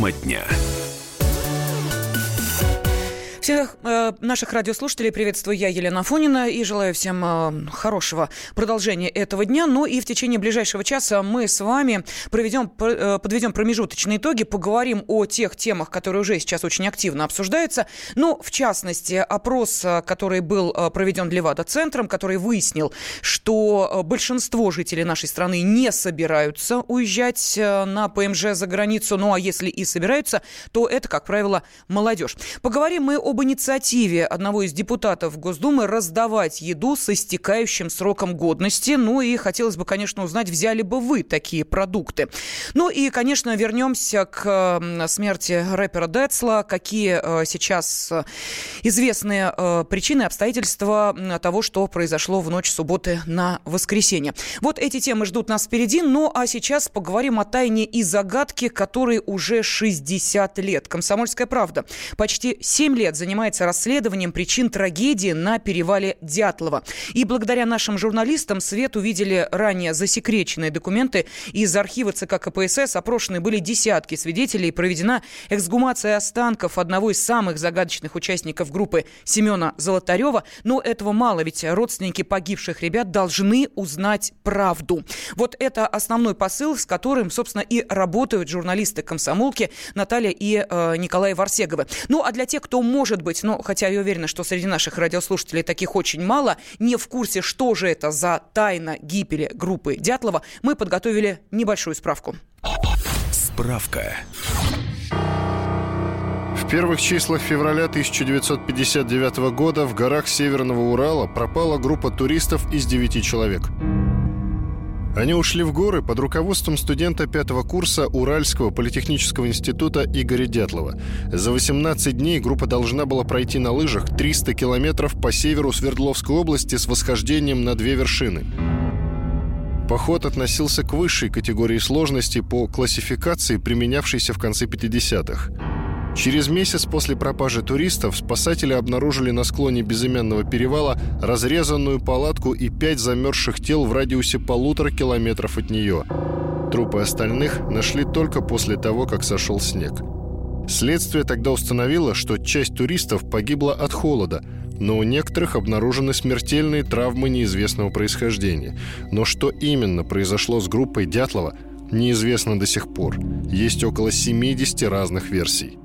Тема дня. Всех наших радиослушателей приветствую я, Елена Афонина, и желаю всем хорошего продолжения этого дня. Ну и в течение ближайшего часа мы с вами подведем промежуточные итоги, поговорим о тех темах, которые уже сейчас очень активно обсуждаются. Ну, в частности, опрос, который был проведен Левада-центром, который выяснил, что большинство жителей нашей страны не собираются уезжать на ПМЖ за границу. Ну, а если и собираются, то это, как правило, молодежь. Поговорим мы об инициативе одного из депутатов Госдумы раздавать еду с истекающим сроком годности. Ну и хотелось бы, конечно, узнать, взяли бы вы такие продукты. Ну и, конечно, вернемся к смерти рэпера Децла. Какие сейчас известные причины, обстоятельства того, что произошло в ночь субботы на воскресенье. Вот эти темы ждут нас впереди. Ну а сейчас поговорим о тайне и загадке, которой уже 60 лет. «Комсомольская правда» почти 7 лет занимается расследованием причин трагедии на перевале Дятлова. И благодаря нашим журналистам свет увидели ранее засекреченные документы из архива ЦК КПСС. Опрошены были десятки свидетелей. Проведена эксгумация останков одного из самых загадочных участников группы Семена Золотарева. Но этого мало, ведь родственники погибших ребят должны узнать правду. Вот это основной посыл, с которым, собственно, и работают журналисты «Комсомолки» Наталья и Николай Варсеговы. Ну, а для тех, кто может быть, хотя я уверена, что среди наших радиослушателей таких очень мало, не в курсе, что же это за тайна гибели группы Дятлова, мы подготовили небольшую справку. Справка. В первых числах февраля 1959 года в горах Северного Урала пропала группа туристов из 9 человек. Они ушли в горы под руководством студента 5-го курса Уральского политехнического института Игоря Дятлова. За 18 дней группа должна была пройти на лыжах 300 километров по северу Свердловской области с восхождением на 2 вершины. Поход относился к высшей категории сложности по классификации, применявшейся в конце 50-х. Через месяц после пропажи туристов спасатели обнаружили на склоне безымянного перевала разрезанную палатку и 5 замерзших тел в радиусе 1,5 километров от нее. Трупы остальных нашли только после того, как сошел снег. Следствие тогда установило, что часть туристов погибла от холода, но у некоторых обнаружены смертельные травмы неизвестного происхождения. Но что именно произошло с группой Дятлова, неизвестно до сих пор. Есть около 70 разных версий.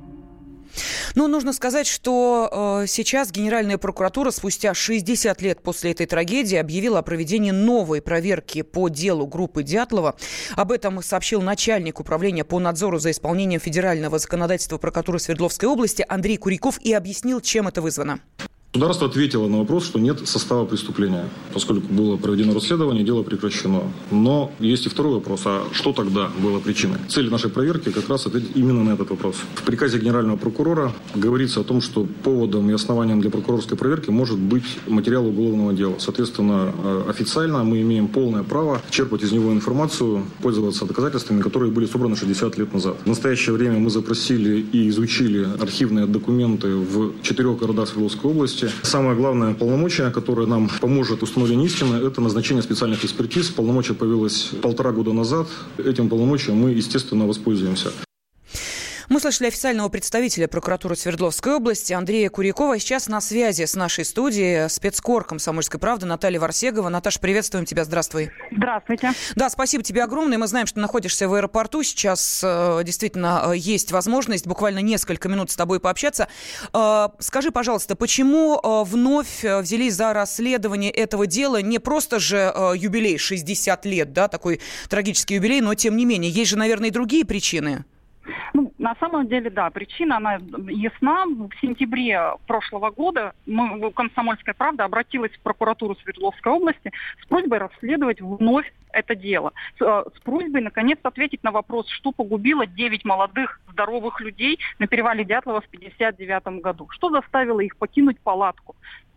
Ну, нужно сказать, что сейчас Генеральная прокуратура спустя 60 лет после этой трагедии объявила о проведении новой проверки по делу группы Дятлова. Об этом сообщил начальник управления по надзору за исполнением федерального законодательства прокуратуры Свердловской области Андрей Куряков и объяснил, чем это вызвано. Государство ответило на вопрос, что нет состава преступления. Поскольку было проведено расследование, дело прекращено. Но есть и второй вопрос. А что тогда было причиной? Цель нашей проверки как раз ответить именно на этот вопрос. В приказе генерального прокурора говорится о том, что поводом и основанием для прокурорской проверки может быть материал уголовного дела. Соответственно, официально мы имеем полное право черпать из него информацию, пользоваться доказательствами, которые были собраны 60 лет назад. В настоящее время мы запросили и изучили архивные документы в 4 городах Свердловской области. Самое главное полномочие, которое нам поможет установлению истины, это назначение специальных экспертиз. Полномочия появилось 1,5 года назад. Этим полномочием мы, естественно, воспользуемся. Мы слышали официального представителя прокуратуры Свердловской области Андрея Курякова. Сейчас на связи с нашей студией спецкор «Комсомольской правды» Наталья Варсегова. Наташа, приветствуем тебя. Здравствуй. Здравствуйте. Да, спасибо тебе огромное. Мы знаем, что ты находишься в аэропорту. Сейчас действительно есть возможность буквально несколько минут с тобой пообщаться. Скажи, пожалуйста, почему вновь взялись за расследование этого дела? Не просто же юбилей 60 лет, да, такой трагический юбилей, но тем не менее. Есть же, наверное, и другие причины. Ну, на самом деле, да, причина, она ясна. В сентябре прошлого года «Комсомольская правда» обратилась в прокуратуру Свердловской области с просьбой расследовать вновь это дело. С просьбой, наконец, ответить на вопрос, что погубило 9 молодых, здоровых людей на перевале Дятлова в 1959 году. Что заставило их покинуть палатку?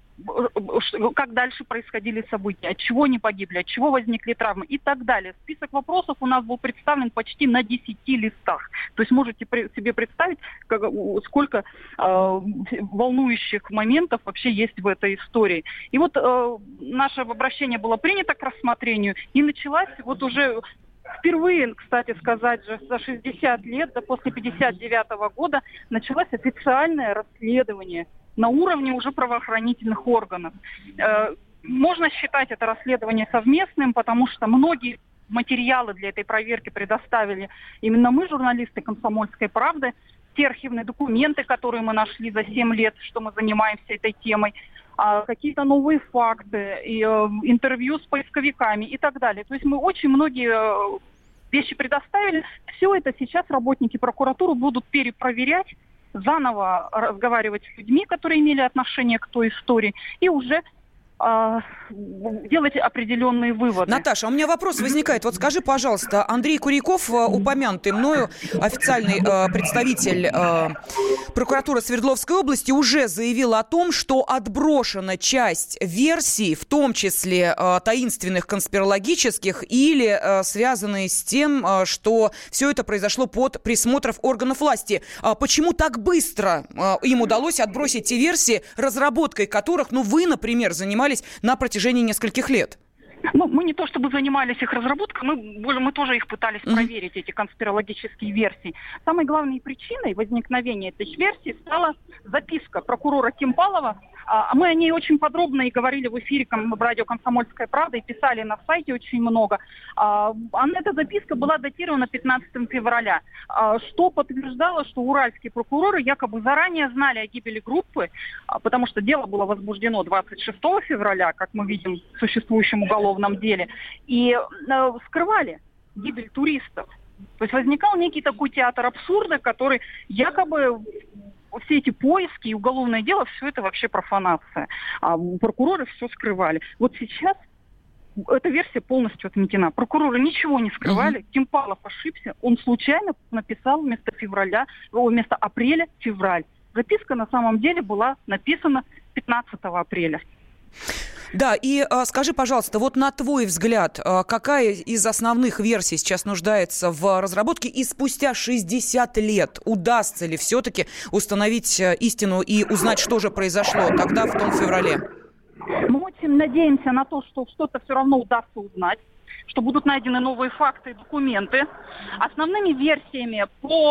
Как дальше происходили события, от чего они погибли, от чего возникли травмы и так далее. Список вопросов у нас был представлен почти на 10 листах. То есть можете себе представить, сколько волнующих моментов вообще есть в этой истории. И вот наше обращение было принято к рассмотрению, и началась вот уже впервые, кстати сказать же, за 60 лет, да после 59 года, началось официальное расследование на уровне уже правоохранительных органов. Можно считать это расследование совместным, потому что многие материалы для этой проверки предоставили именно мы, журналисты «Комсомольской правды», те архивные документы, которые мы нашли за 7 лет, что мы занимаемся этой темой, какие-то новые факты, интервью с поисковиками и так далее. То есть мы очень многие вещи предоставили. Все это сейчас работники прокуратуры будут перепроверять, заново разговаривать с людьми, которые имели отношение к той истории, и уже делать определенные выводы. Наташа, у меня вопрос возникает. Вот скажи, пожалуйста, Андрей Куряков, упомянутый мною официальный представитель прокуратуры Свердловской области, уже заявил о том, что отброшена часть версий, в том числе таинственных конспирологических или связанные с тем, что все это произошло под присмотром органов власти. Почему так быстро им удалось отбросить те версии, разработкой которых, вы, например, занимались на протяжении нескольких лет? Мы не то чтобы занимались их разработкой, мы тоже их пытались проверить, эти конспирологические версии. Самой главной причиной возникновения этой версии стала записка прокурора Кимпалова. Мы о ней очень подробно и говорили в эфире радио «Комсомольская правда» и писали на сайте очень много. Эта записка была датирована 15 февраля, что подтверждало, что уральские прокуроры якобы заранее знали о гибели группы, потому что дело было возбуждено 26 февраля, как мы видим в существующем уголовном деле, и скрывали гибель туристов. То есть возникал некий такой театр абсурда, который якобы... Все эти поиски и уголовное дело, все это вообще профанация. Прокуроры все скрывали. Вот сейчас эта версия полностью отметена. Прокуроры ничего не скрывали. Кимпалов ошибся. Он случайно написал вместо апреля февраль. Записка на самом деле была написана 15 апреля. Да, и скажи, пожалуйста, вот на твой взгляд, какая из основных версий сейчас нуждается в разработке, и спустя 60 лет удастся ли все-таки установить истину и узнать, что же произошло тогда, в том феврале? Мы очень надеемся на то, что что-то все равно удастся узнать, что будут найдены новые факты и документы. Основными версиями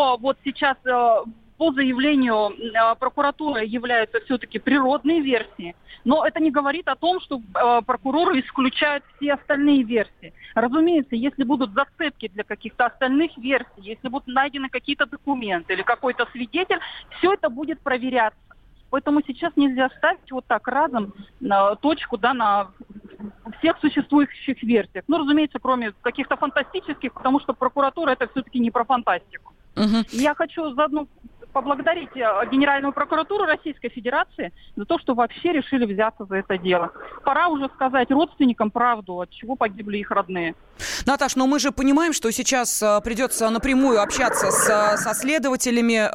по заявлению прокуратуры являются все-таки природные версии. Но это не говорит о том, что прокуроры исключают все остальные версии. Разумеется, если будут зацепки для каких-то остальных версий, если будут найдены какие-то документы или какой-то свидетель, все это будет проверяться. Поэтому сейчас нельзя ставить вот так разом точку на всех существующих версиях. Разумеется, кроме каких-то фантастических, потому что прокуратура это все-таки не про фантастику. Я хочу заодно поблагодарить Генеральную прокуратуру Российской Федерации за то, что вообще решили взяться за это дело. Пора уже сказать родственникам правду, от чего погибли их родные. Наташ, но мы же понимаем, что сейчас придется напрямую общаться со следователями.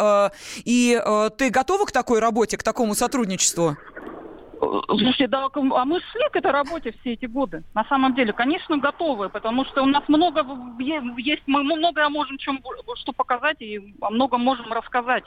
И ты готова к такой работе, к такому сотрудничеству? Слушайте, мы шли к этой работе все эти годы. На самом деле, конечно, готовы, потому что у нас много есть, мы многое можем что показать и о многом можем рассказать.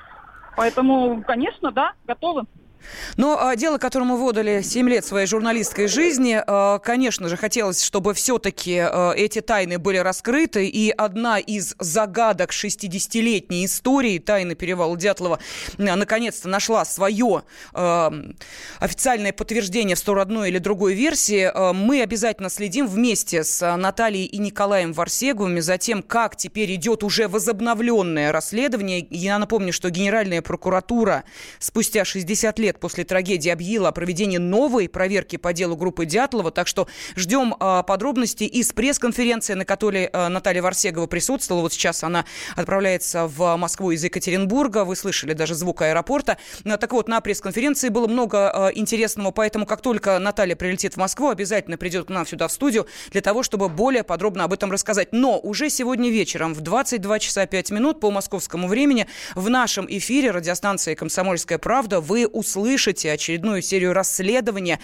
Поэтому, конечно, да, готовы. Но дело, которому вы отдали 7 лет своей журналистской жизни, конечно же, хотелось, чтобы все-таки эти тайны были раскрыты. И одна из загадок 60-летней истории тайны перевала Дятлова наконец-то нашла свое официальное подтверждение в сторону одной или другой версии. Мы обязательно следим вместе с Натальей и Николаем Варсеговыми за тем, как теперь идет уже возобновленное расследование. Я напомню, что Генеральная прокуратура спустя 60 лет после трагедии объявила о проведении новой проверки по делу группы Дятлова. Так что ждем подробностей из пресс-конференции, на которой Наталья Варсегова присутствовала. Вот сейчас она отправляется в Москву из Екатеринбурга. Вы слышали даже звук аэропорта. Так вот, на пресс-конференции было много интересного, поэтому как только Наталья прилетит в Москву, обязательно придет к нам сюда в студию для того, чтобы более подробно об этом рассказать. Но уже сегодня вечером в 22 часа 5 минут по московскому времени в нашем эфире радиостанции «Комсомольская правда» вы услышите очередную серию расследования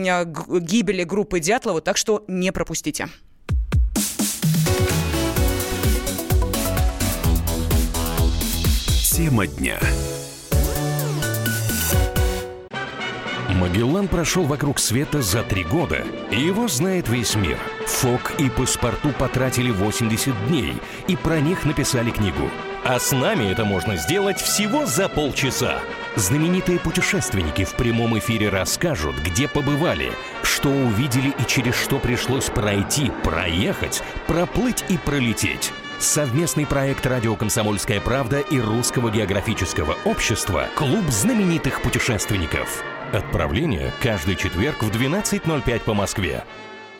гибели группы Дятлова, так что не пропустите. Тема дня. Магеллан прошел вокруг света за 3 года, и его знает весь мир. Фок и Паспарту потратили 80 дней, и про них написали книгу. А с нами это можно сделать всего за полчаса. Знаменитые путешественники в прямом эфире расскажут, где побывали, что увидели и через что пришлось пройти, проехать, проплыть и пролететь. Совместный проект «Радио Комсомольская правда» и Русского географического общества «Клуб знаменитых путешественников». Отправление каждый четверг в 12:05 по Москве.